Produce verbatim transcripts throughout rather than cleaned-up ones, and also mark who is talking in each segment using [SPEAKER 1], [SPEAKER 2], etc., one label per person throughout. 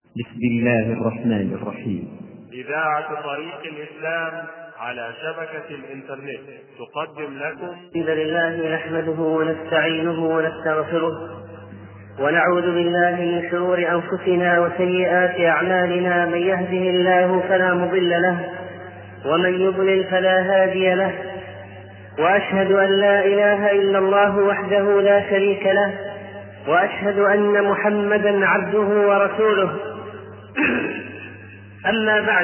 [SPEAKER 1] بسم الله الرحمن الرحيم.
[SPEAKER 2] إذاعة طريق الإسلام على شبكة الإنترنت تقدم لكم
[SPEAKER 3] الحمد لله نحمده ونستعينه ونستغفره ونعوذ بالله من شرور أنفسنا وسيئات أعمالنا. من يهده الله فلا مضل له ومن يضلل فلا هادي له، وأشهد أن لا إله إلا الله وحده لا شريك له، وأشهد أن محمدا عبده ورسوله. أما بعد،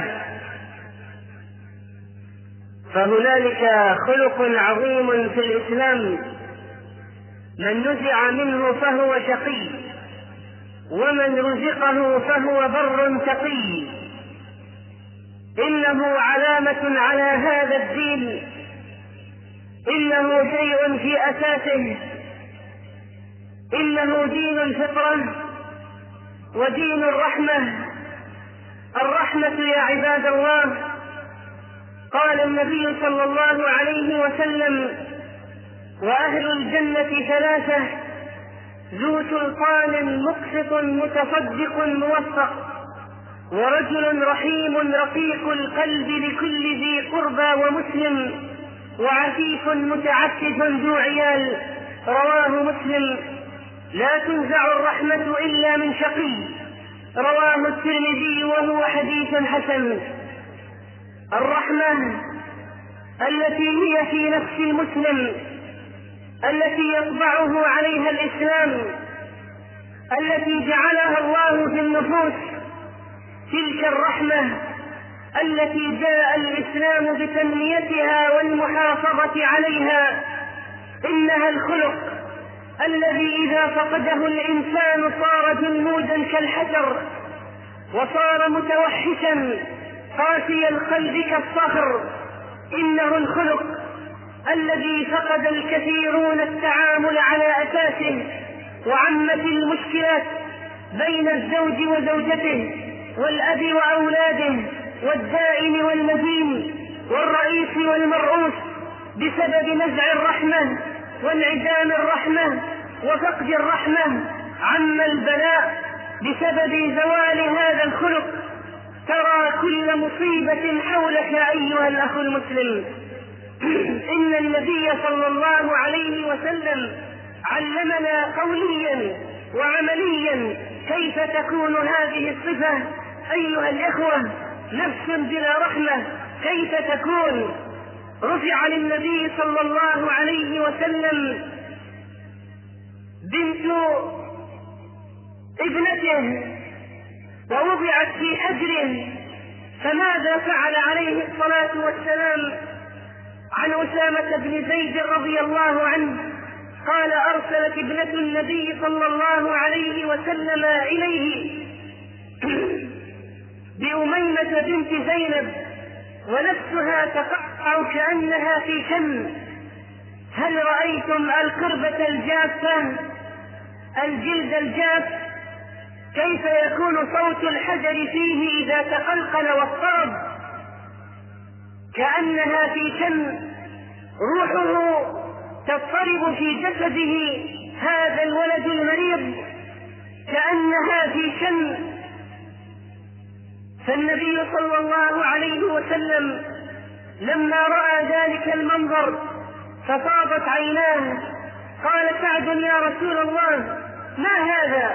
[SPEAKER 3] فهنالك خلق عظيم في الإسلام من نزع منه فهو شقي، ومن رزقه فهو بر تقي. إنه علامة على هذا الدين، إنه شيء في أساسه، إنه دين الفطرة ودين الرحمة. الرحمة يا عباد الله، قال النبي صلى الله عليه وسلم: وأهل الجنة ثلاثة: ذو سلطان مقسط متصدق موفق، ورجل رحيم رقيق القلب لكل ذي قربى ومسلم، وعفيف متعفف ذو عيال. رواه مسلم. لا تنزع الرحمة إلا من شقي. رواه الترمذي وهو حديث حسن. الرحمة التي هي في نفس المسلم، التي يطبعه عليها الإسلام، التي جعلها الله في النفوس، تلك الرحمة التي جاء الإسلام بتنميتها والمحافظة عليها. إنها الخلق الذي إذا فقده الإنسان صار جمودا كالحجر، وصار متوحشا قاسي القلب كالصخر. إنه الخلق الذي فقد الكثيرون التعامل على أساسه، وعمت المشكلات بين الزوج وزوجته، والأب وأولاده، والدائن والمدين، والرئيس والمرؤوس، بسبب نزع الرحمة وانعدام الرحمة وفقد الرحمة. عم البلاء بسبب زوال هذا الخلق. ترى كل مصيبة حولك أيها الأخ المسلم. إن النبي صلى الله عليه وسلم علمنا قوليا وعمليا كيف تكون هذه الصفة. أيها الإخوة، نفس بلا رحمة كيف تكون؟ رفع للنبي صلى الله عليه وسلم بنت ابنته ووضعت في حجره، فماذا فعل عليه الصلاة والسلام؟ عن أسامة بن زيد رضي الله عنه قال: أرسلت ابنة النبي صلى الله عليه وسلم إليه بأميمة بنت زينب، ونفسها تقطع كأنها في شم. هل رأيتم القربة الجافة، الجلد الجاف، كيف يكون صوت الحجر فيه إذا تقلقل واضطرب؟ كأنها في شم، روحه تضطرب في جسده. هذا الولد المريض كأنها في شم. فالنبي صلى الله عليه وسلم لما رأى ذلك المنظر ففاضت عيناه. قال سعد: يا رسول الله، ما هذا؟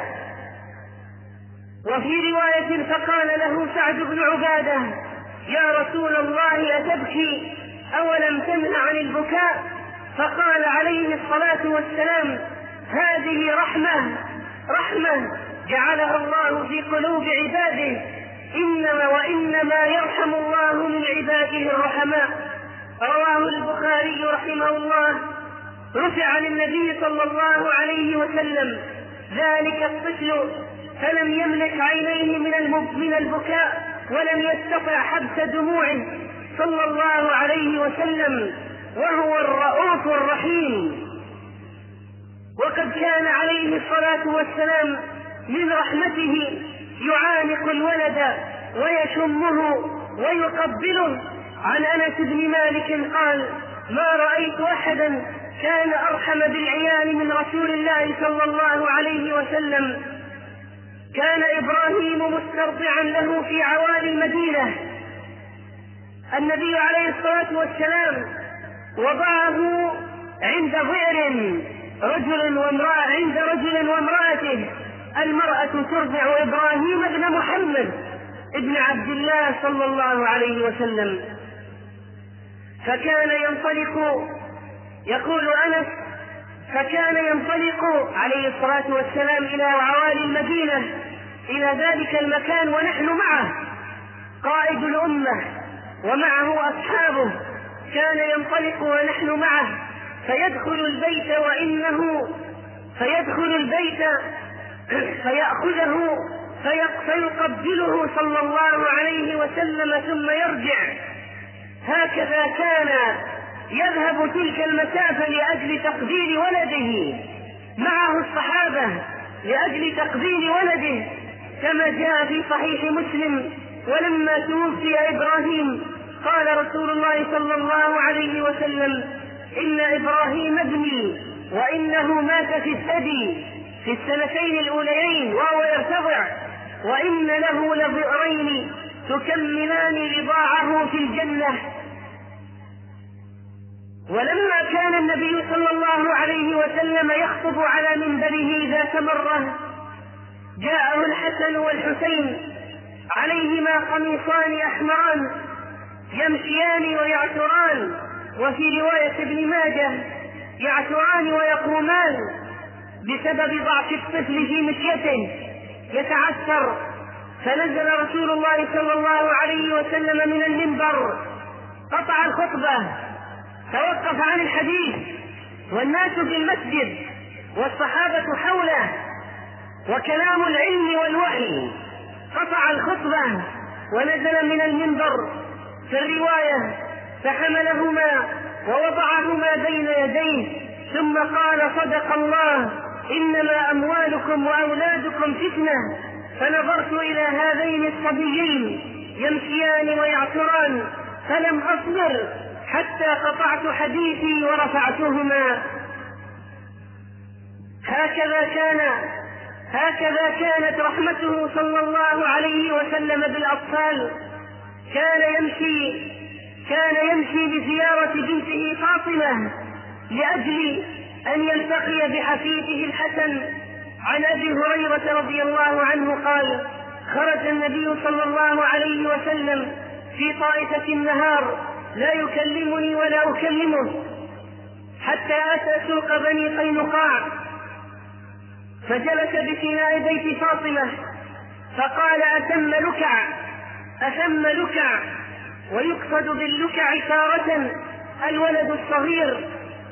[SPEAKER 3] وفي رواية فقال له سعد بن عبادة: يا رسول الله، أتبكي؟ أولم تنه عن البكاء؟ فقال عليه الصلاة والسلام: هذه رحمة، رحمة جعلها الله في قلوب عباده. إنما وإنما يرحم الله من عباده الرحماء. رواه البخاري رحمه الله. رفع للنبي صلى الله عليه وسلم ذلك الطفل، فلم يملك عينيه من البكاء، ولم يستطع حبس دموعه صلى الله عليه وسلم، وهو الرؤوف الرحيم. وقد كان عليه الصلاة والسلام من رحمته يعانق الولد ويشمه ويقبله. عن أنس بن مالك قال: ما رأيت أحدا كان أرحم بالعيال من رسول الله صلى الله عليه وسلم. كان إبراهيم مسترضعا له في عوالي المدينة. النبي عليه الصلاة والسلام وضعه عند ضئر رجل وامرأة عند رجل وامرأته. المرأة ترضع إبراهيم ابن محمد ابن عبد الله صلى الله عليه وسلم. فكان ينطلق، يقول أنس، فكان ينطلق عليه الصلاة والسلام إلى عوالي المدينة، إلى ذلك المكان، ونحن معه قائد الأمة ومعه أصحابه. كان ينطلق ونحن معه فيدخل البيت وإنه فيدخل البيت فيأخذه فيقبله صلى الله عليه وسلم ثم يرجع. هكذا كان يذهب تلك المسافة لأجل تقبيل ولده، معه الصحابة لأجل تقبيل ولده، كما جاء في صحيح مسلم: ولما توفي إبراهيم قال رسول الله صلى الله عليه وسلم: إن إبراهيم ابني وإنه مات في الثدي في السنتين الأوليين وهو يرتضع، وإن له لضئرين تكملان رضاعه في الجنة. ولما كان النبي صلى الله عليه وسلم يخطب على منبره ذات مرة، جاءه الحسن والحسين عليهما قميصان أحمران يمشيان ويعثران، وفي رواية ابن ماجه يعثران ويقومان بسبب ضعف الطفل في مشيته يتعثر. فنزل رسول الله صلى الله عليه وسلم من المنبر، قطع الخطبة، توقف عن الحديث، والناس في المسجد والصحابة حوله وكلام العلم والوحي. قطع الخطبة ونزل من المنبر. في الرواية: فحملهما ووضعهما بين يديه ثم قال: صدق الله، إنما أموالكم وأولادكم فتنة. فنظرت إلى هذين الصبيين يمشيان ويعثران فلم أصبر حتى قطعت حديثي ورفعتهما. هكذا كان هكذا كانت رحمته صلى الله عليه وسلم بالأطفال. كان يمشي كان يمشي بزيارة بنته فاطمة لأجل أن يلتقي بحفيده الحسن. عن أبي هريرة رضي الله عنه قال: خرج النبي صلى الله عليه وسلم في طائفة النهار لا يكلمني ولا أكلمه، حتى أتى سوق بني قينقاع فجلس بفناء بيت فاطمة فقال: أتم لكع أتم لكع ويقصد باللكع تارة الولد الصغير.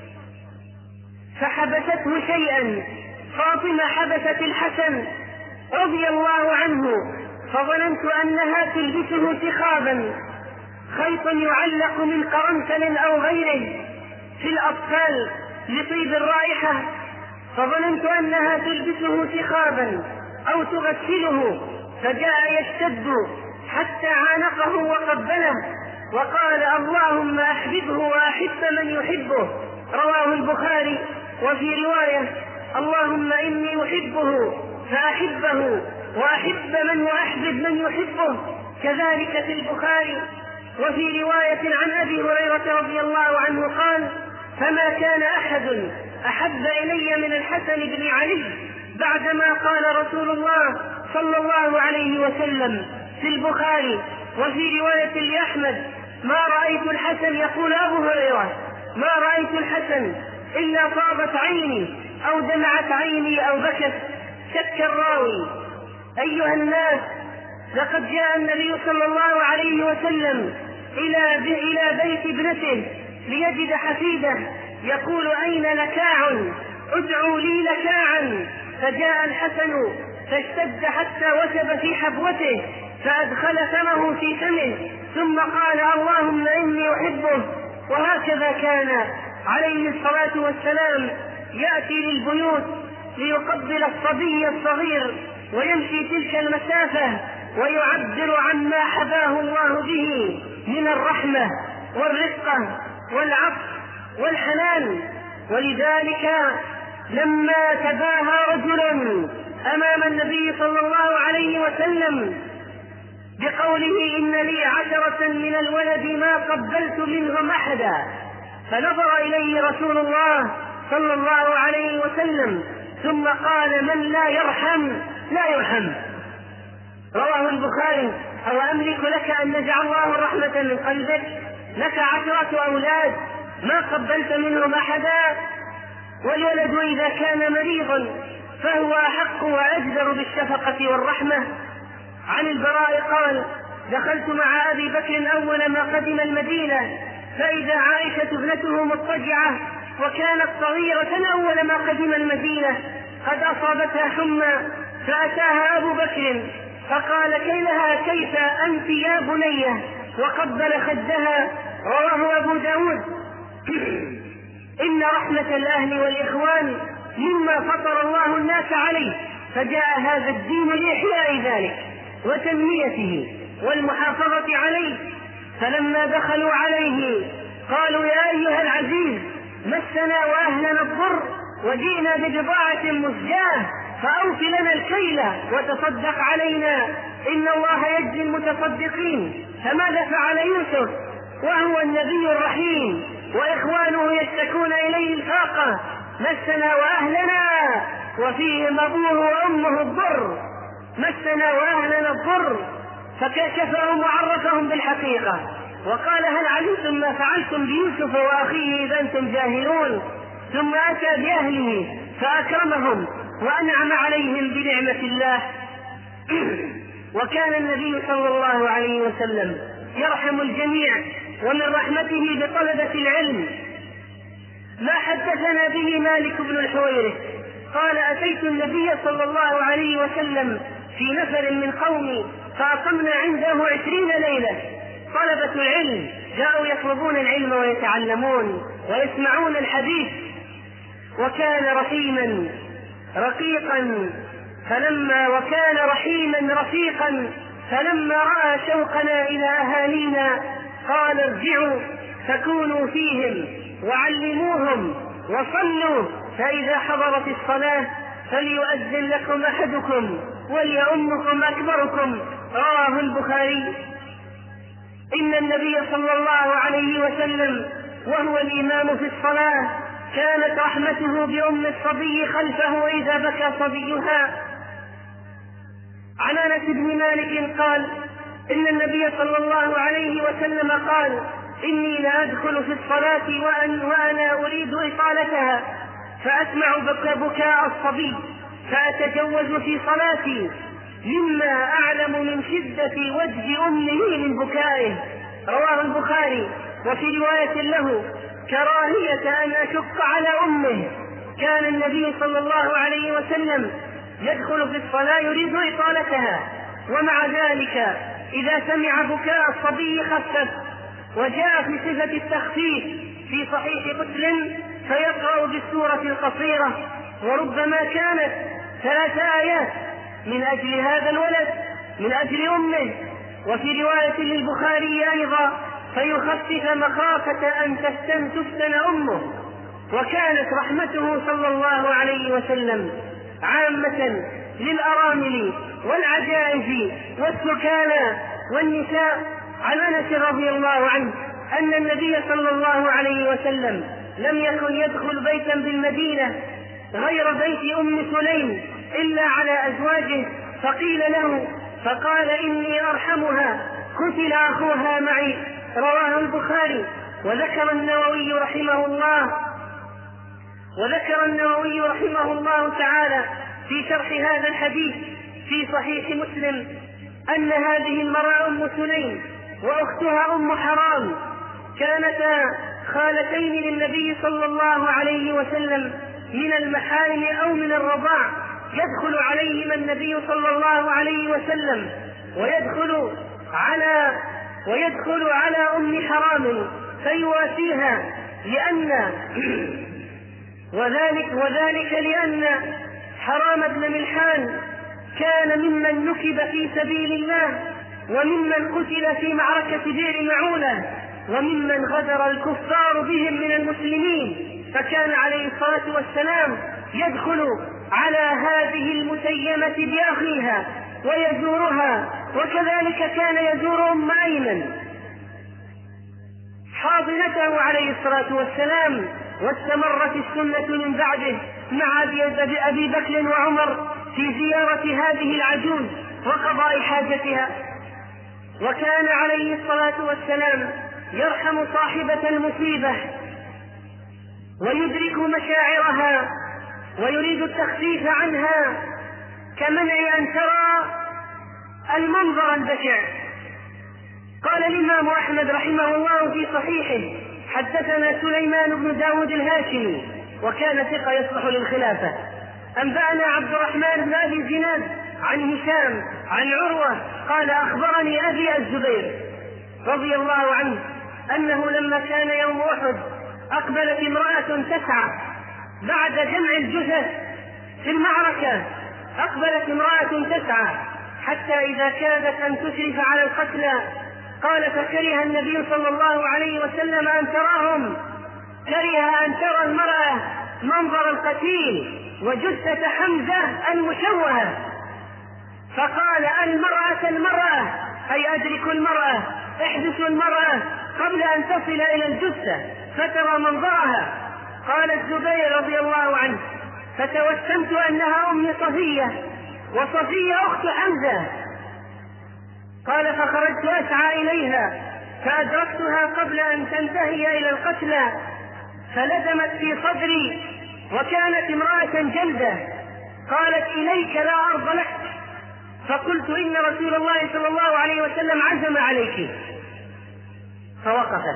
[SPEAKER 3] فحبسته شيئا، فاطمة حبست الحسن رضي الله عنه، فظننت أنها تلبسه سخابا، خيط يعلق من قرنفل أو غيره في الأطفال لطيب الرائحة، فظننت أنها تلبسه سخابا أو تغسله، فجاء يشتد حتى عانقه وقبله وقال: اللهم أحببه وأحب من يحبه. رواه البخاري. وفي رواية: اللهم إني أحبه فأحبه وأحب من وأحبب من يحبه. كذلك في البخاري. وفي رواية عن أبي هريرة رضي الله عنه قال: فما كان أحد أحب إلي من الحسن بن علي بعدما قال رسول الله صلى الله عليه وسلم. في البخاري. وفي رواية لأحمد: ما رأيت الحسن، يقول أبو هريرة: ما رأيت الحسن إلا طابت عيني أو دمعت عيني أو بكت. شك الراوي. أيها الناس، لقد جاء النبي صلى الله عليه وسلم إلى إلى بيت ابنته ليجد حفيده يقول: أين لكاع؟ ادعوا لي لكاعا. فجاء الحسن فاشتد حتى وثب في حبوته فأدخل فمه في فمه ثم قال: اللهم إني أحبه. وهكذا كان عليه الصلاة والسلام يأتي للبيوت ليقبل الصبي الصغير ويمشي تلك المسافة ويعبر عما حباه الله به من الرحمة والرقة والعطف والحنان. ولذلك لما تباهى رجل أمام النبي صلى الله عليه وسلم بقوله إن لي عشرة من الولد ما قبلت منهم أحدا، فنظر إليه رسول الله صلى الله عليه وسلم ثم قال من لا يرحم لا يرحم. رواه البخاري. أو أملك لك أن نجعل الله الرحمة من قلبك؟ لك عشرة أولاد ما قبلت منهم أحدا، والولد إذا كان مريضا فهو أحق وأجدر بالشفقة والرحمة. عن البراء قال دخلت مع أبي بكر أول ما قدم المدينة فإذا عائشة ابنته مضطجعة وكانت صغيرة أول ما قدم المدينة قد أصابتها حمى، فأتاها أبو بكر فقال كيلها كيف أنت يا بنية، وقبل خدها. رواه أبو داود. إن رحمة الأهل والإخوان مما فطر الله الناس عليه، فجاء هذا الدين لإحياء ذلك وتنميته والمحافظة عليه. فلما دخلوا عليه قالوا يا أيها العزيز مسنا وأهلنا الضر وجئنا ببضاعة مزجاة فأوف لنا الكيل وتصدق علينا إن الله يجزي المتصدقين. فماذا فعل يوسف وهو النبي الرحيم وإخوانه يشتكون إليه الفاقة؟ مسنا وأهلنا وفيهم أبوه وأمه الضر، مسنا وأهلنا الضر، فكشفهم وعرفهم بالحقيقة وقال هل علمتم ما فعلتم بيوسف وأخيه إذا أنتم جاهلون؟ ثم أتى بأهله فأكرمهم وأنعم عليهم بنعمة الله. وكان النبي صلى الله عليه وسلم يرحم الجميع، ومن رحمته بطلبة العلم ما حدثنا به مالك بن الحويرث قال أتيت النبي صلى الله عليه وسلم في نفر من قومي فأقمنا عنده عشرين ليلة. طلبة العلم جاءوا يطلبون العلم ويتعلمون ويسمعون الحديث. وكان رحيما رقيقا فلما وكان رحيما رفيقا فلما رأى شوقنا إلى أهالينا قال ارجعوا فكونوا فيهم وعلموهم وصلوا، فإذا حضرت الصلاة فليؤذن لكم أحدكم وليؤمكم أكبركم. رواه البخاري. إن النبي صلى الله عليه وسلم وهو الإمام في الصلاة كانت رحمته بأم الصبي خلفه إذا بكى صبيها. عن أنس بن مالك قال إن النبي صلى الله عليه وسلم قال إني لأدخل في الصلاة وأن وأنا أريد إطالتها فأسمع بكاء الصبي فأتجوز في صلاتي مما أعلم من شدة وجه أمه من بكائه. رواه البخاري. وفي رواية له كراهية أن أشق على أمه. كان النبي صلى الله عليه وسلم يدخل في الصلاة يريد إطالتها، ومع ذلك إذا سمع بكاء الصبي خفف. وجاء في صفة التخفيف في صحيح مسلم فيقرأ بالسورة القصيرة وربما كانت ثلاث آيات من أجل هذا الولد من أجل أمه. وفي رواية للبخاري أيضا فيخفف مخافة أن تفتن تفتن أمه. وكانت رحمته صلى الله عليه وسلم عامة للأرامل والعجائز والسكانى والنساء. عن أنس رضي الله عنه أن النبي صلى الله عليه وسلم لم يكن يدخل بيتا بالمدينة غير بيت أم سليم إلا على أزواجه، فقيل له فقال إني أرحمها قتل أخوها معي. رواه البخاري. وذكر النووي رحمه الله وذكر النووي رحمه الله تعالى في شرح هذا الحديث في صحيح مسلم أن هذه المرأة أم سليم وأختها أم حرام كانتا خالتين للنبي صلى الله عليه وسلم من المحارم أو من الرضاع. يدخل عليهما النبي صلى الله عليه وسلم ويدخل على ويدخل على أم حرام فيواسيها لأن وذلك, وذلك لأن حرام بن ملحان كان ممن نكب في سبيل الله وممن قتل في معركة بئر معونة وممن غدر الكفار بهم من المسلمين، فكان عليه الصلاة والسلام يدخل على هذه المتيمة بأخيها ويزورها، وكذلك كان يزور أم أيمن حاضنته عليه الصلاة والسلام. واستمرت السنة من بعده مع أبي بكر وعمر في زيارة هذه العجوز وقضاء حاجتها. وكان عليه الصلاة والسلام يرحم صاحبة المصيبة ويدرك مشاعرها ويريد التخفيف عنها، كمنع أن ترى المنظر البشع. قال الإمام أحمد رحمه الله في صحيحه: حدثنا سليمان بن داود الهاشمي وكان ثقة يصلح للخلافة، أنبأنا عبد الرحمن بن أبي زناد عن هشام عن عروة قال: أخبرني أبي الزبير رضي الله عنه أنه لما كان يوم أحد أقبلت امرأة تسعى بعد جمع الجثث في المعركة، أقبلت امرأة تسعى حتى إذا كادت أن تشرف على القتلى قال: فكره النبي صلى الله عليه وسلم أن تراهم، كره أن ترى المرأة منظر القتيل وجثة حمزة المشوهة، فقال: المرأة المرأة، أي أدركوا المرأة، احدثوا المرأة قبل أن تصل إلى الجثة فترى منظرها. قال الزبير رضي الله عنه: فتوسمت أنها أم صفية، وصفية أخت حمزة. قال: فخرجت أسعى إليها فأدركتها قبل أن تنتهي إلى القتلى، فلزمت في صدري، وكانت امرأة جلدة. قالت: إليك لا أرض لك. فقلت: إن رسول الله صلى الله عليه وسلم عزم عليك. فوقفت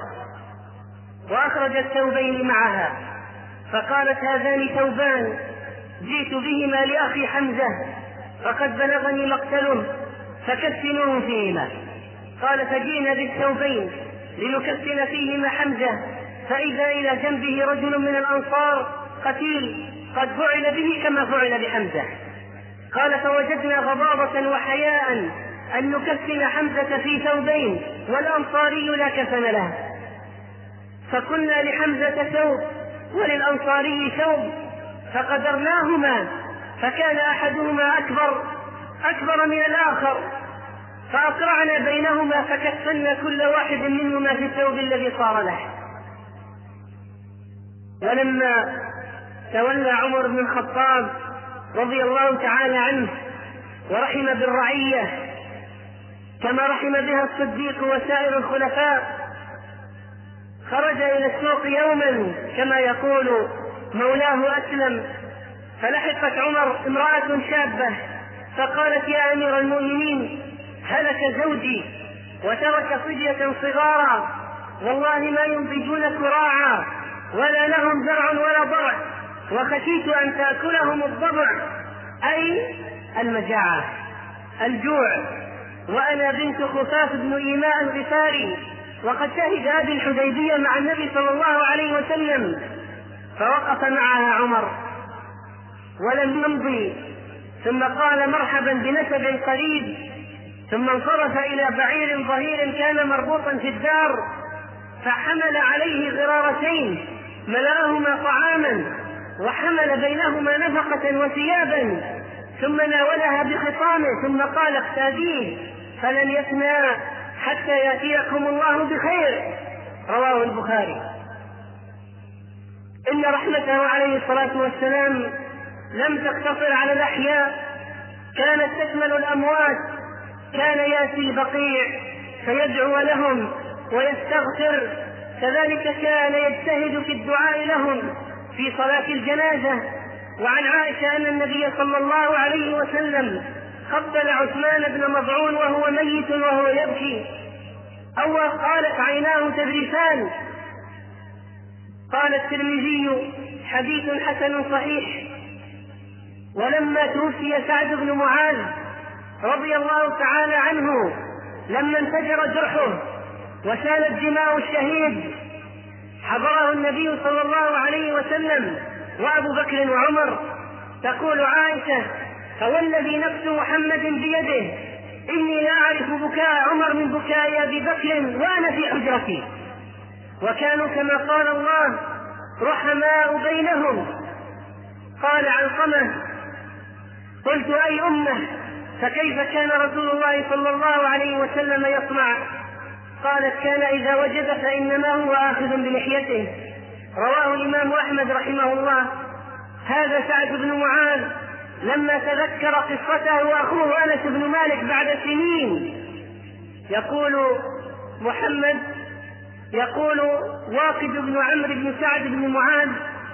[SPEAKER 3] وأخرجت ثوبين معها فقالت: هذان ثوبان جئت بهما لأخي حمزة فقد بلغني مقتله فكفنوه فيهما. قال: فجئنا بالثوبين لنكفن فيهما حمزة، فإذا إلى جنبه رجل من الأنصار قتيل قد فعل به كما فعل بحمزة. قال: فوجدنا غضاضة وحياء أن نكفن حمزة في ثوبين والأنصاري لا كفن له، فقلنا لحمزة ثوب وللأنصاري ثوب فقدرناهما، فكان أحدهما أكبر أكبر من الآخر، فأقرعنا بينهما فكفنا كل واحد منهما في الثوب الذي صار له. ولما تولى عمر بن الخطاب رضي الله تعالى عنه ورحم بالرعية كما رحم بها الصديق وسائر الخلفاء، خرج إلى السوق يوما كما يقول مولاه أسلم، فلحقت عمر امرأة شابة فقالت: يا أمير المؤمنين، هلك زوجي وترك صبية صغارا، والله ما ينضجون كراعا ولا لهم زرع ولا ضرع، وخشيت أن تأكلهم الضبع، أي المجاعة الجوع، وأنا بنت خفاف بن إيماء الغفاري، وقد شهد أبي الحديبية مع النبي صلى الله عليه وسلم. فوقف معها عمر ولم يمضي، ثم قال: مرحبا بنسب قريب، ثم انصرف إلى بعير ظهير كان مربوطا في الدار، فحمل عليه غرارتين ملأهما طعاما وحمل بينهما نفقة وثيابا، ثم ناولها بخطامه ثم قال: اختاديه فلن يفنى حتى يأتيكم الله بخير. رواه البخاري. إن رحمته عليه الصلاة والسلام لم تقتصر على الأحياء، كانت تشمل الأموات. كان يأتي البقيع فيدعو لهم ويستغفر، كذلك كان يجتهد في الدعاء لهم في صلاة الجنازة. وعن عائشة أن النبي صلى الله عليه وسلم قبل عثمان بن مظعون وهو ميت وهو يبكي، أو قالت عيناه تذرفان. قال الترمذي: حديث حسن صحيح. ولما توفي سعد بن معاذ رضي الله تعالى عنه، لما انفجر جرحه وسالت دماء الشهيد، حضره النبي صلى الله عليه وسلم وأبو بكر وعمر. تقول عائشة: فوالذي نفس محمد بيده إني لا أعرف بكاء عمر من بكاء أبي بكر وأنا في حجرتي. وكانوا كما قال الله رحماء بينهم. قال علقمة: قلت أي أمة؟ فكيف كان رسول الله صلى الله عليه وسلم يصنع؟ قالت كان إذا وجد فإنما هو آخذ بلحيته. رواه الإمام أحمد رحمه الله. هذا سعد بن معاذ لما تذكر قصته وأخوه أنس بن مالك بعد سنين، يقول محمد يقول واقد بن عمرو بن سعد بن معاذ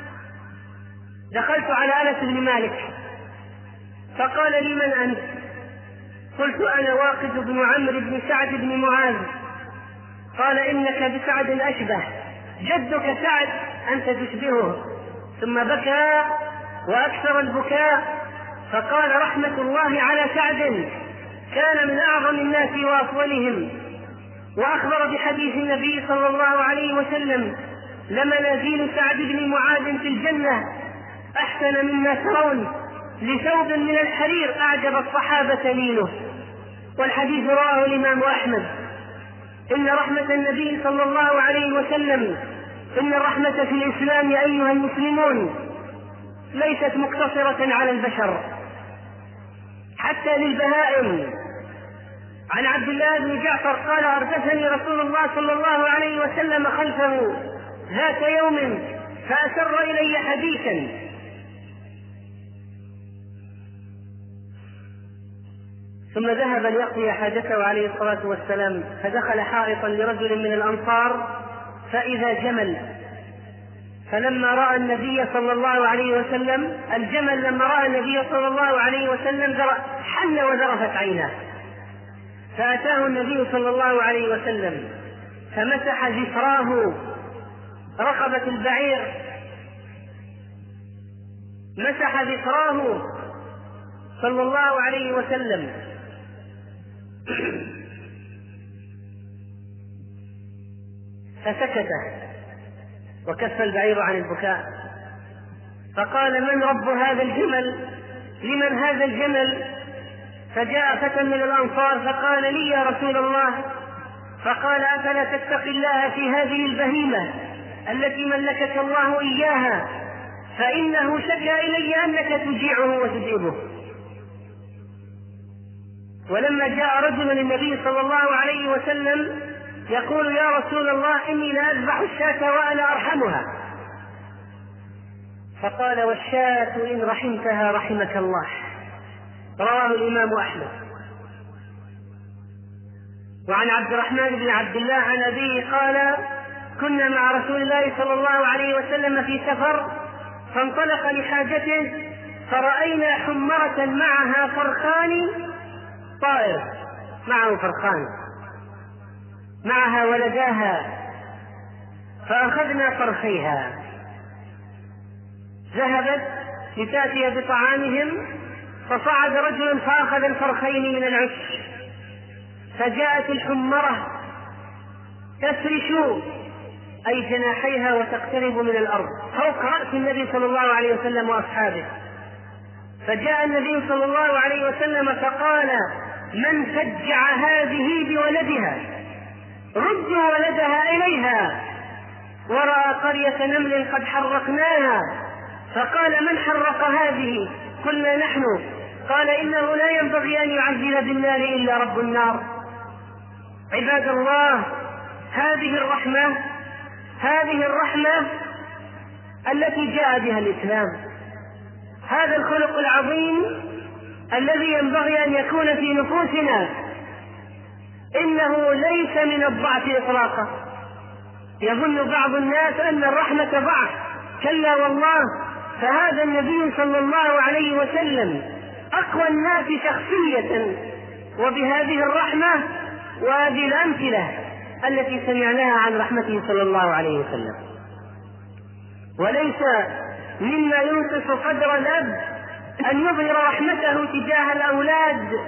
[SPEAKER 3] دخلت على أنس بن مالك فقال لي من أنت؟ قلت أنا واقد بن عمرو بن سعد بن معاذ. قال إنك بسعد أشبه، جدك سعد أنت تشبهه. ثم بكى وأكثر البكاء فقال رحمة الله على سعد، كان من أعظم الناس وأفضلهم. وأخبر بحديث النبي صلى الله عليه وسلم لمنازل سعد بن معاذ في الجنة أحسن مما ترون، لثوب من الحرير أعجب الصحابة ليله. والحديث رواه الإمام أحمد. إن رحمة النبي صلى الله عليه وسلم إن الرحمة في الإسلام يا أيها المسلمون ليست مقتصرة على البشر، حتى للبهائم. عن عبد الله بن جعفر قال أردفني رسول الله صلى الله عليه وسلم خلفه ذات يوم فأسر إلي حديثا، ثم ذهب ليقضي حاجته عليه الصلاة والسلام، فدخل حائطا لرجل من الأنصار فإذا جمل، فلما رأى النبي صلى الله عليه وسلم الجمل لما رأى النبي صلى الله عليه وسلم حن وذرفت عيناه، فأتاه النبي صلى الله عليه وسلم فمسح ذكراه رقبة البعير، مسح ذكراه صلى الله عليه وسلم فسكت وكف البعير عن البكاء. فقال من رب هذا الجمل؟ لمن هذا الجمل؟ فجاء فتى من الأنصار فقال لي يا رسول الله. فقال أفلا تتقي الله في هذه البهيمة التي ملكك الله إياها، فإنه شكى إلي أنك تجيعه وتدعبه. ولما جاء رجل للنبي صلى الله عليه وسلم يقول يا رسول الله إني لأذبح الشاة وأنا أرحمها، فقال والشاة إن رحمتها رحمك الله. رواه الإمام أحمد. وعن عبد الرحمن بن عبد الله عن أبيه قال كنا مع رسول الله صلى الله عليه وسلم في سفر فانطلق لحاجته فرأينا حمرة معها فرخان، طائر معه فرخان معها ولداها، فأخذنا فرخيها. ذهبت لتأتي بطعامهم فصعد رجل فأخذ الفرخين من العش، فجاءت الحمرة تفرش أي جناحيها وتقترب من الأرض فوق رأس النبي صلى الله عليه وسلم وأصحابه. فجاء النبي صلى الله عليه وسلم فقال من فجع هذه بولدها؟ ردوا ولدها إليها. ورأى قرية نمل قد حرقناها، فقال من حرق هذه؟ قلنا نحن. قال إنه لا ينبغي أن يعجل بالنار إلا رب النار. عباد الله، هذه الرحمة هذه الرحمة التي جاء بها الإسلام، هذا الخلق العظيم الذي ينبغي أن يكون في نفوسنا، إنه ليس من الضعف إطلاقا. يظن بعض الناس أن الرحمة ضعف، كلا والله، فهذا النبي صلى الله عليه وسلم أقوى الناس شخصية وبهذه الرحمة وهذه الأمثلة التي سمعناها عن رحمته صلى الله عليه وسلم. وليس مما ينقص قدر الأب أن يظهر رحمته تجاه الأولاد.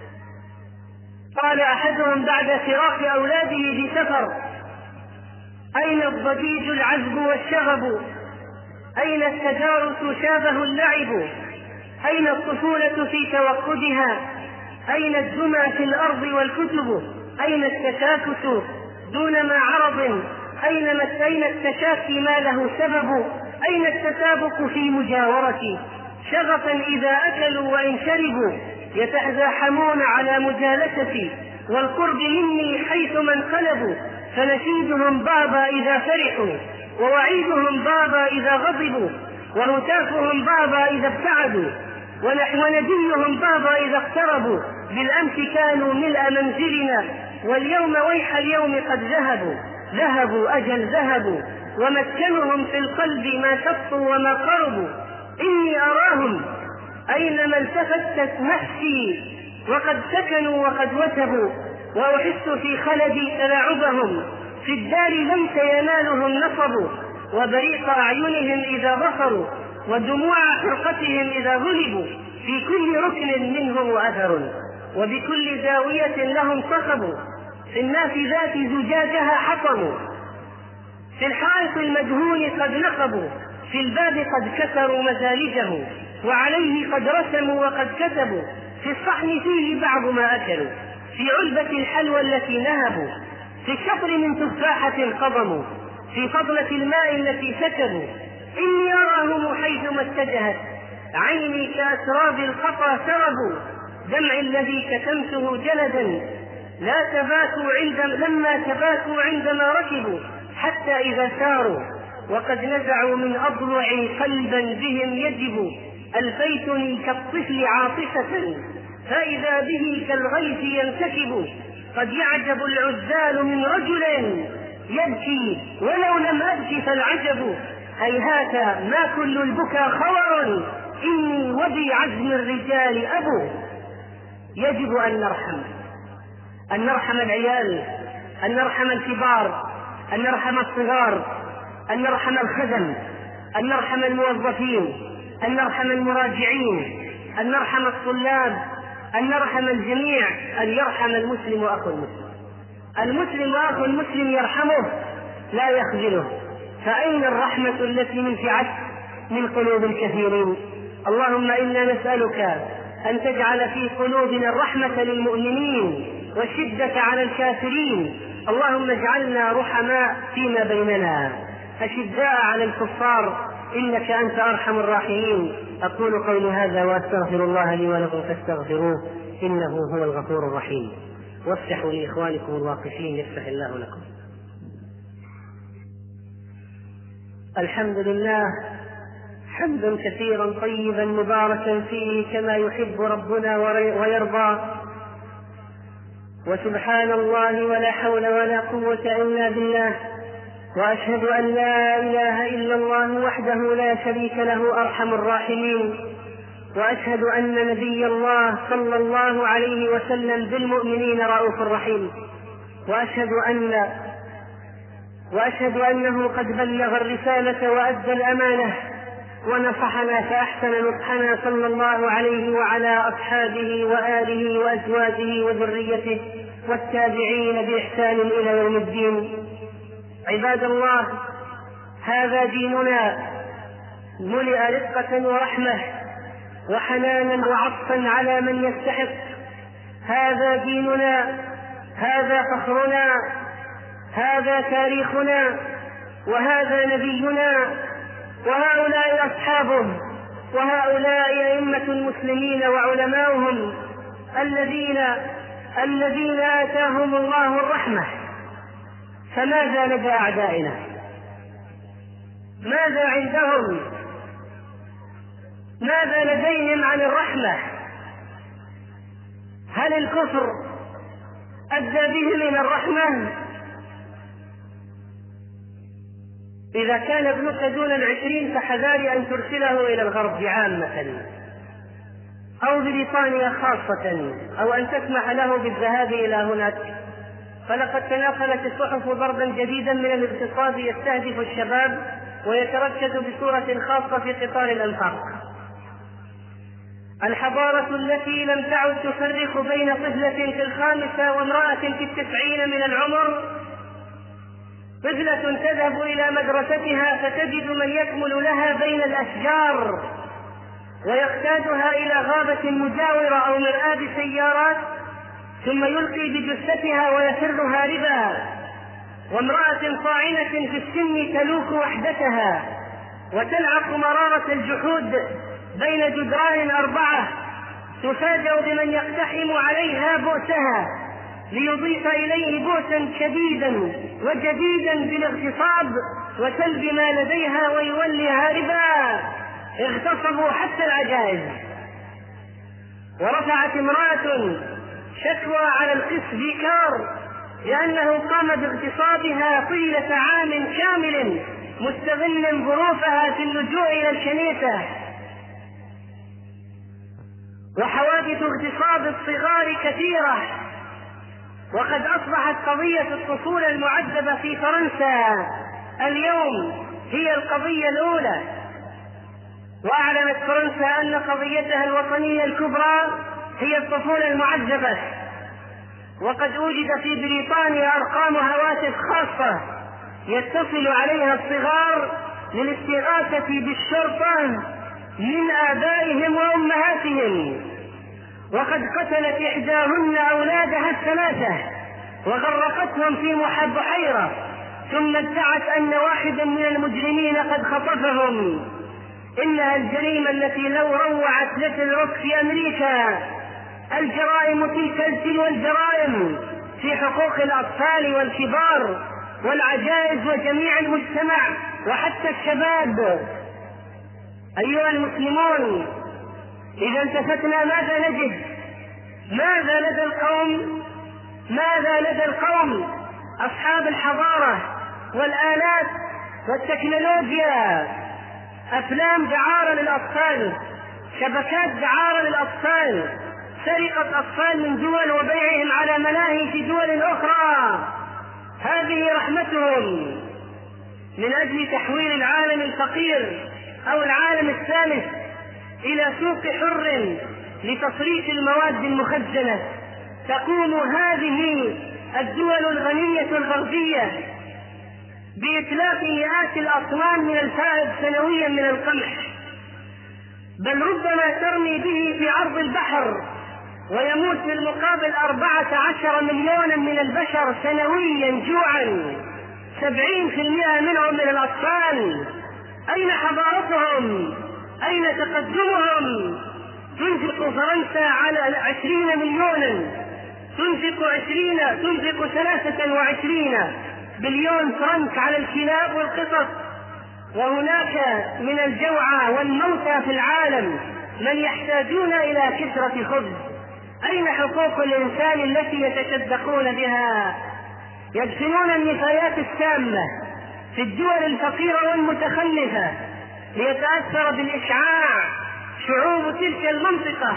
[SPEAKER 3] قال أحدهم بعد فراق أولاده في سفر أين الضجيج العذب والشغب؟ أين التدارس شابه اللعب؟ أين الطفولة في توقدها؟ أين الدمى في الأرض والكتب؟ أين التشاكس دون ما عرض؟ أين أين التشاكي ما له سبب؟ أين التسابق في مجاورتي؟ شغفا إذا أكلوا وإن شربوا، يتزاحمون على مجالستي والقرب مني حيثما انقلبوا، فنشيدهم بابا إذا فرحوا، ووعيدهم بابا إذا غضبوا، وهتافهم بابا إذا ابتعدوا، ونديهم بابا إذا اقتربوا. بالأمس كانوا ملء منزلنا، واليوم ويح اليوم قد ذهبوا. ذهبوا أجل ذهبوا، ومسكنهم في القلب ما شطوا وما قربوا. إني أراهم أينما التفتت نفسي، وقد سكنوا وقد وثبوا، وأحس في خلدي تلاعبهم. في الدار لمس ينالهم نصب، وبريق أعينهم إذا بصروا، ودموع حرقتهم إذا غلبوا. في كل ركن منهم أثر، وبكل زاوية لهم صخب. في النافذات زجاجها حطموا، في الحائط المدهون قد نقبوا، في الباب قد كسروا مزالجه، وعليه قد رسموا وقد كتبوا. في الصحن فيه بعض ما أكلوا، في علبة الحلوى التي نهبوا، في الشطر من تفاحة قضموا، في فضلة الماء التي سكبوا. إني أراهم حيثما اتجهت عيني كأسراب الخطا سربوا. دمعي الذي كتمته جلدا لا تباكوا عند لما تباكوا عندما ركبوا، حتى إذا ساروا وقد نزعوا من أضلعي قلبا بهم يجب. ألفيتني كالطفل عاطفة فإذا به كالغيث ينتكب. قد يعجب العزال من رجل يبكي ولو لم أبكي فالعجب. هيهات ما كل البكا خور، إني وبي عزم الرجال أبو. يجب أن نرحم، أن نرحم العيال، أن نرحم الكبار، أن نرحم الصغار، أن نرحم الخدم، أن نرحم الموظفين، أن نرحم المراجعين، أن نرحم الطلاب، أن نرحم الجميع. أن يرحم المسلم أخو المسلم. المسلم أخو المسلم يرحمه لا يخذله. فأين الرحمة التي منفعت من قلوب الكثيرين؟ اللهم إنا نسألك أن تجعل في قلوبنا الرحمة للمؤمنين والشدة على الكافرين. اللهم اجعلنا رحماء فيما بيننا أشداء على الكفار، إنك أنت أرحم الراحمين. أقول قولي هذا وأستغفر الله لي ولكم فاستغفروه إنه هو الغفور الرحيم. وافتحوا لإخوانكم الواقفين يفتح الله لكم. الحمد لله حمدا كثيرا طيبا مباركا فيه كما يحب ربنا ويرضى. وسبحان الله ولا حول ولا قوة إلا بالله. وأشهد أن لا إله إلا الله وحده لا شريك له أرحم الراحمين. وأشهد أن نبي الله صلى الله عليه وسلم بالمؤمنين رؤوف رحيم. وأشهد أن وأشهد أنه قد بلغ الرسالة وأدى الأمانة ونصحنا فأحسن نصحنا صلى الله عليه وعلى أصحابه وآله وأزواجه وذريته والتابعين بإحسان إلى يوم الدين. عباد الله، هذا ديننا ملئ رقة ورحمة وحنانا وعطفا على من يستحق. هذا ديننا، هذا فخرنا، هذا تاريخنا، وهذا نبينا، وهؤلاء أصحابه، وهؤلاء أئمة المسلمين وعلماؤهم الذين الذين آتاهم الله الرحمة. فماذا لدى أعدائنا؟ ماذا عندهم؟ ماذا لديهم عن الرحمة؟ هل الكفر أدى بهم إلى الرحمة؟ إذا كان ابنك دون العشرين فحذاري أن ترسله إلى الغرب عامة أو بريطانيا خاصة، أو أن تسمح له بالذهاب إلى هناك، فلقد تناقلت الصحف ضربا جديدا من الاغتصاب يستهدف الشباب ويتركز بصورة خاصة في قطار الأنفاق. الحضارة التي لم تعد تفرق بين طفلة في الخامسة وامرأة في التسعين من العمر، طفلة تذهب إلى مدرستها فتجد من يكمل لها بين الأشجار ويقتادها إلى غابة مجاورة أو مرآب سيارات ثم يلقي بجثتها ويفر هاربا، وامرأة طاعنة في السن تلوك وحدتها وتلعق مرارة الجحود بين جدران أربعة تفاجأ بمن يقتحم عليها بؤسها ليضيف إليه بؤسا شديدا وجديدا بالاغتصاب وسلب ما لديها ويولي هاربا. اغتصبوا حتى العجائز. ورفعت امرأة شكوى على القس بيكار لأنه قام باغتصابها طيلة عام كامل مستغلا ظروفها في اللجوء إلى الكنيسة. وحوادث اغتصاب الصغار كثيرة، وقد أصبحت قضية الطفولة المعذبة في فرنسا اليوم هي القضية الأولى. وأعلنت فرنسا أن قضيتها الوطنية الكبرى هي الطفولة المعذبة. وقد أوجد في بريطانيا أرقام هواتف خاصة يتصل عليها الصغار للاستغاثة بالشرطة من آبائهم وأمهاتهم. وقد قتلت إحداهن أولادها الثلاثة وغرقتهم في بحيرة، ثم ادعت أن واحدا من المجرمين قد خطفهم. إنها الجريمة التي لو روعت ليتل روك في أمريكا. الجرائم تلك تلو الجرائم في حقوق الأطفال والكبار والعجائز وجميع المجتمع وحتى الشباب. أيها المسلمون، إذا التفتنا ماذا نجد؟ ماذا لدى القوم؟ ماذا لدى القوم أصحاب الحضارة والآلات والتكنولوجيا؟ أفلام دعارة للأطفال، شبكات دعارة للأطفال، سرقة أطفال من دول وبيعهم على ملاهي في دول أخرى. هذه رحمتهم من أجل تحويل العالم الفقير أو العالم الثالث إلى سوق حر لتصريف المواد المخزنة. تقوم هذه الدول الغنية الغربية بإتلاف مئات الأطنان من الفائض سنويا من القمح، بل ربما ترمي به في عرض البحر ويموت في المقابل أربعة عشر مليونا من البشر سنويا جوعا، سبعين في المئة منهم من الأطفال. أين حضارتهم؟ أين تقدمهم؟ تنفق فرنسا على عشرين مليونا، تنفق عشرين تنفق ثلاثة وعشرين بليون فرنك على الكلاب والقطط. وهناك من الجوعى والموتى في العالم من يحتاجون إلى كسرة خبز. أين حقوق الإنسان التي يتصدقون بها؟ يدفنون النفايات السامة في الدول الفقيرة والمتخلفة ليتأثر بالإشعاع شعوب تلك المنطقة.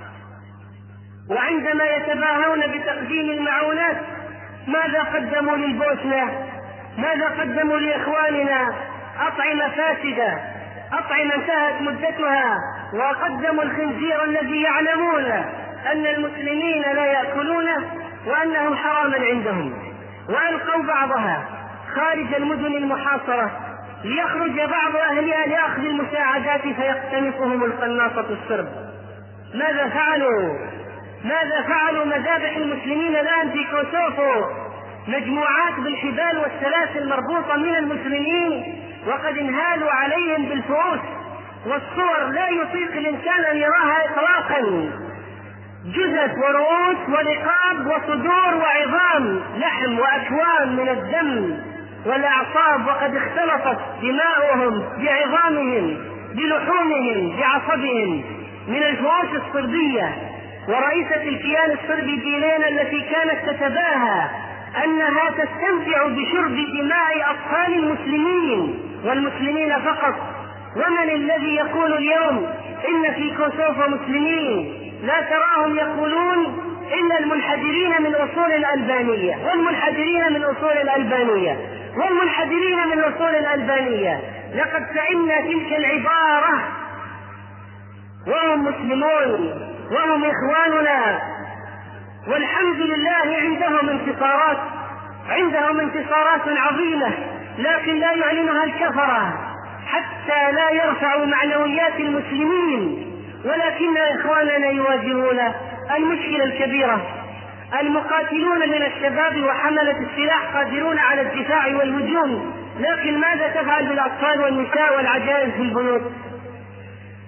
[SPEAKER 3] وعندما يتباهون بتقديم المعونات ماذا قدموا للبوسنة؟ ماذا قدموا لإخواننا؟ أطعمة فاسدة، أطعمة انتهت مدتها، وقدموا الخنزير الذي يعلمون أن المسلمين لا يأكلونه وأنه حرام عندهم، وألقوا بعضها خارج المدن المحاصرة ليخرج بعض أهلها لأخذ المساعدات فيقتنصهم القناصة السرب. ماذا فعلوا؟ ماذا فعلوا مذابح المسلمين الآن في كوسوفو؟ مجموعات بالحبال والسلاسل مربوطة من المسلمين وقد انهالوا عليهم بالفؤوس، والصور لا يطيق الإنسان أن يراها إطلاقا. جثث ورؤوس ورقاب وصدور وعظام، لحم وأكوام من الدم والأعصاب، وقد اختلطت دماؤهم بعظامهم بلحومهم بعصبهم من الفؤوس الصربية. ورئيسة الكيان الصربي ديلينا التي كانت تتباهى أنها تستمتع بشرب دماء أطفال المسلمين والمسلمين فقط. ومن الذي يقول اليوم إن في كوسوفو مسلمين؟ لا تراهم يقولون إلا المنحدرين من أصول الألبانية والمنحدرين من أصول الألبانية والمنحدرين من أصول الألبانية. لقد سئمنا تلك العبارة، وهم مسلمون وهم إخواننا، والحمد لله عندهم انتصارات عندهم انتصارات عظيمة، لكن لا يعلنها الكفرة حتى لا يرفعوا معنويات المسلمين. ولكن إخواننا يواجهون المشكلة الكبيرة. المقاتلون من الشباب وحملة السلاح قادرون على الدفاع والهجوم، لكن ماذا تفعل بالأطفال والنساء والعجائز في البيوت؟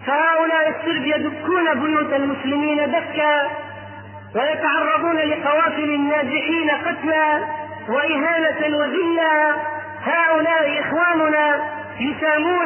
[SPEAKER 3] فهؤلاء السرب يدكون بيوت المسلمين دكا، ويتعرضون لقوافل النازحين قتلا وإهانة وذلا. هؤلاء إخواننا يسامون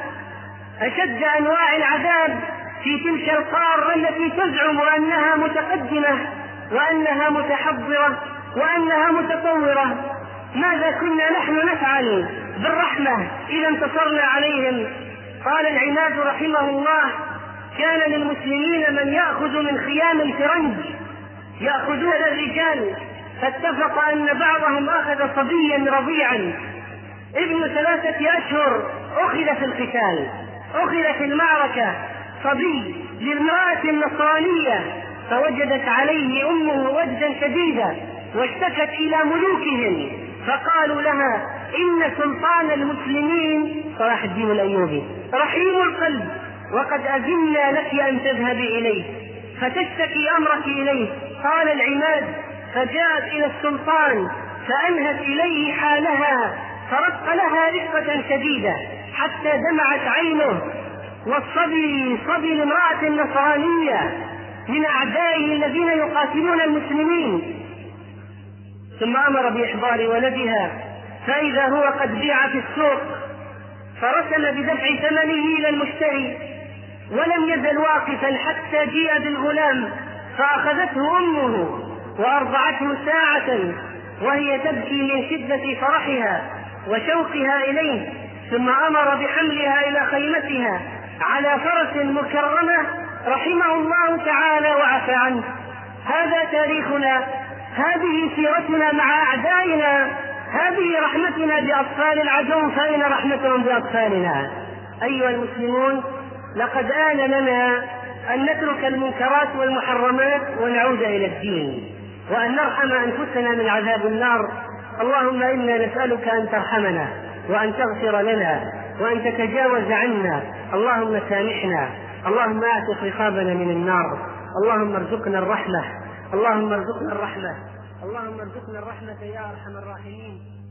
[SPEAKER 3] أشد أنواع العذاب في تلك القارة التي تزعم أنها متقدمة وأنها متحضرة وأنها متطورة. ماذا كنا نحن نفعل بالرحمة إذا انتصرنا عليهم؟ قال العماد رحمه الله: كان للمسلمين من يأخذ من خيام الفرنج يأخذون الرجال، فاتفق أن بعضهم أخذ صبيا رضيعا ابن ثلاثة أشهر أخذ في القتال، أخذ في المعركة صبي للمرأة النصرانية، فوجدت عليه أمه وجدا شديدا واشتكت إلى ملوكهم، فقالوا لها: إن سلطان المسلمين صلاح الدين الأيوبي رحيم القلب، وقد أذنا لك أن تذهبي إليه فتشتكي أمرك إليه. قال العماد: فجاءت إلى السلطان فأنهت إليه حالها، فرق لها رقة شديدة حتى دمعت عينه، والصبي صبي لامرأة نصرانية من أعدائه الذين يقاتلون المسلمين. ثم أمر بإحضار ولدها، فإذا هو قد بيع في السوق، فرسم بدفع ثمنه إلى المشتري، ولم يزل واقفا حتى جيء بالغلام، فأخذته أمه وأرضعته ساعة وهي تبكي من شدة فرحها وشوقها إليه، ثم أمر بحملها إلى خيمتها على فرس مكرمة رحمه الله تعالى وعفى عنه. هذا تاريخنا، هذه سيرتنا مع أعدائنا، هذه رحمتنا بأطفال العدو، فأين رحمتهم بأطفالنا؟ أيها المسلمون، لقد آن لنا أن نترك المنكرات والمحرمات ونعود إلى الدين، وأن نرحم أنفسنا من عذاب النار. اللهم إنا نسألك أن ترحمنا وأن تغفر لنا وأن تتجاوز عنا. اللهم سامحنا، اللهم أعتق رقابنا من النار، اللهم ارزقنا الرحمة، اللهم ارزقنا الرحمة، اللهم ارزقنا الرحمة يا أرحم الراحمين.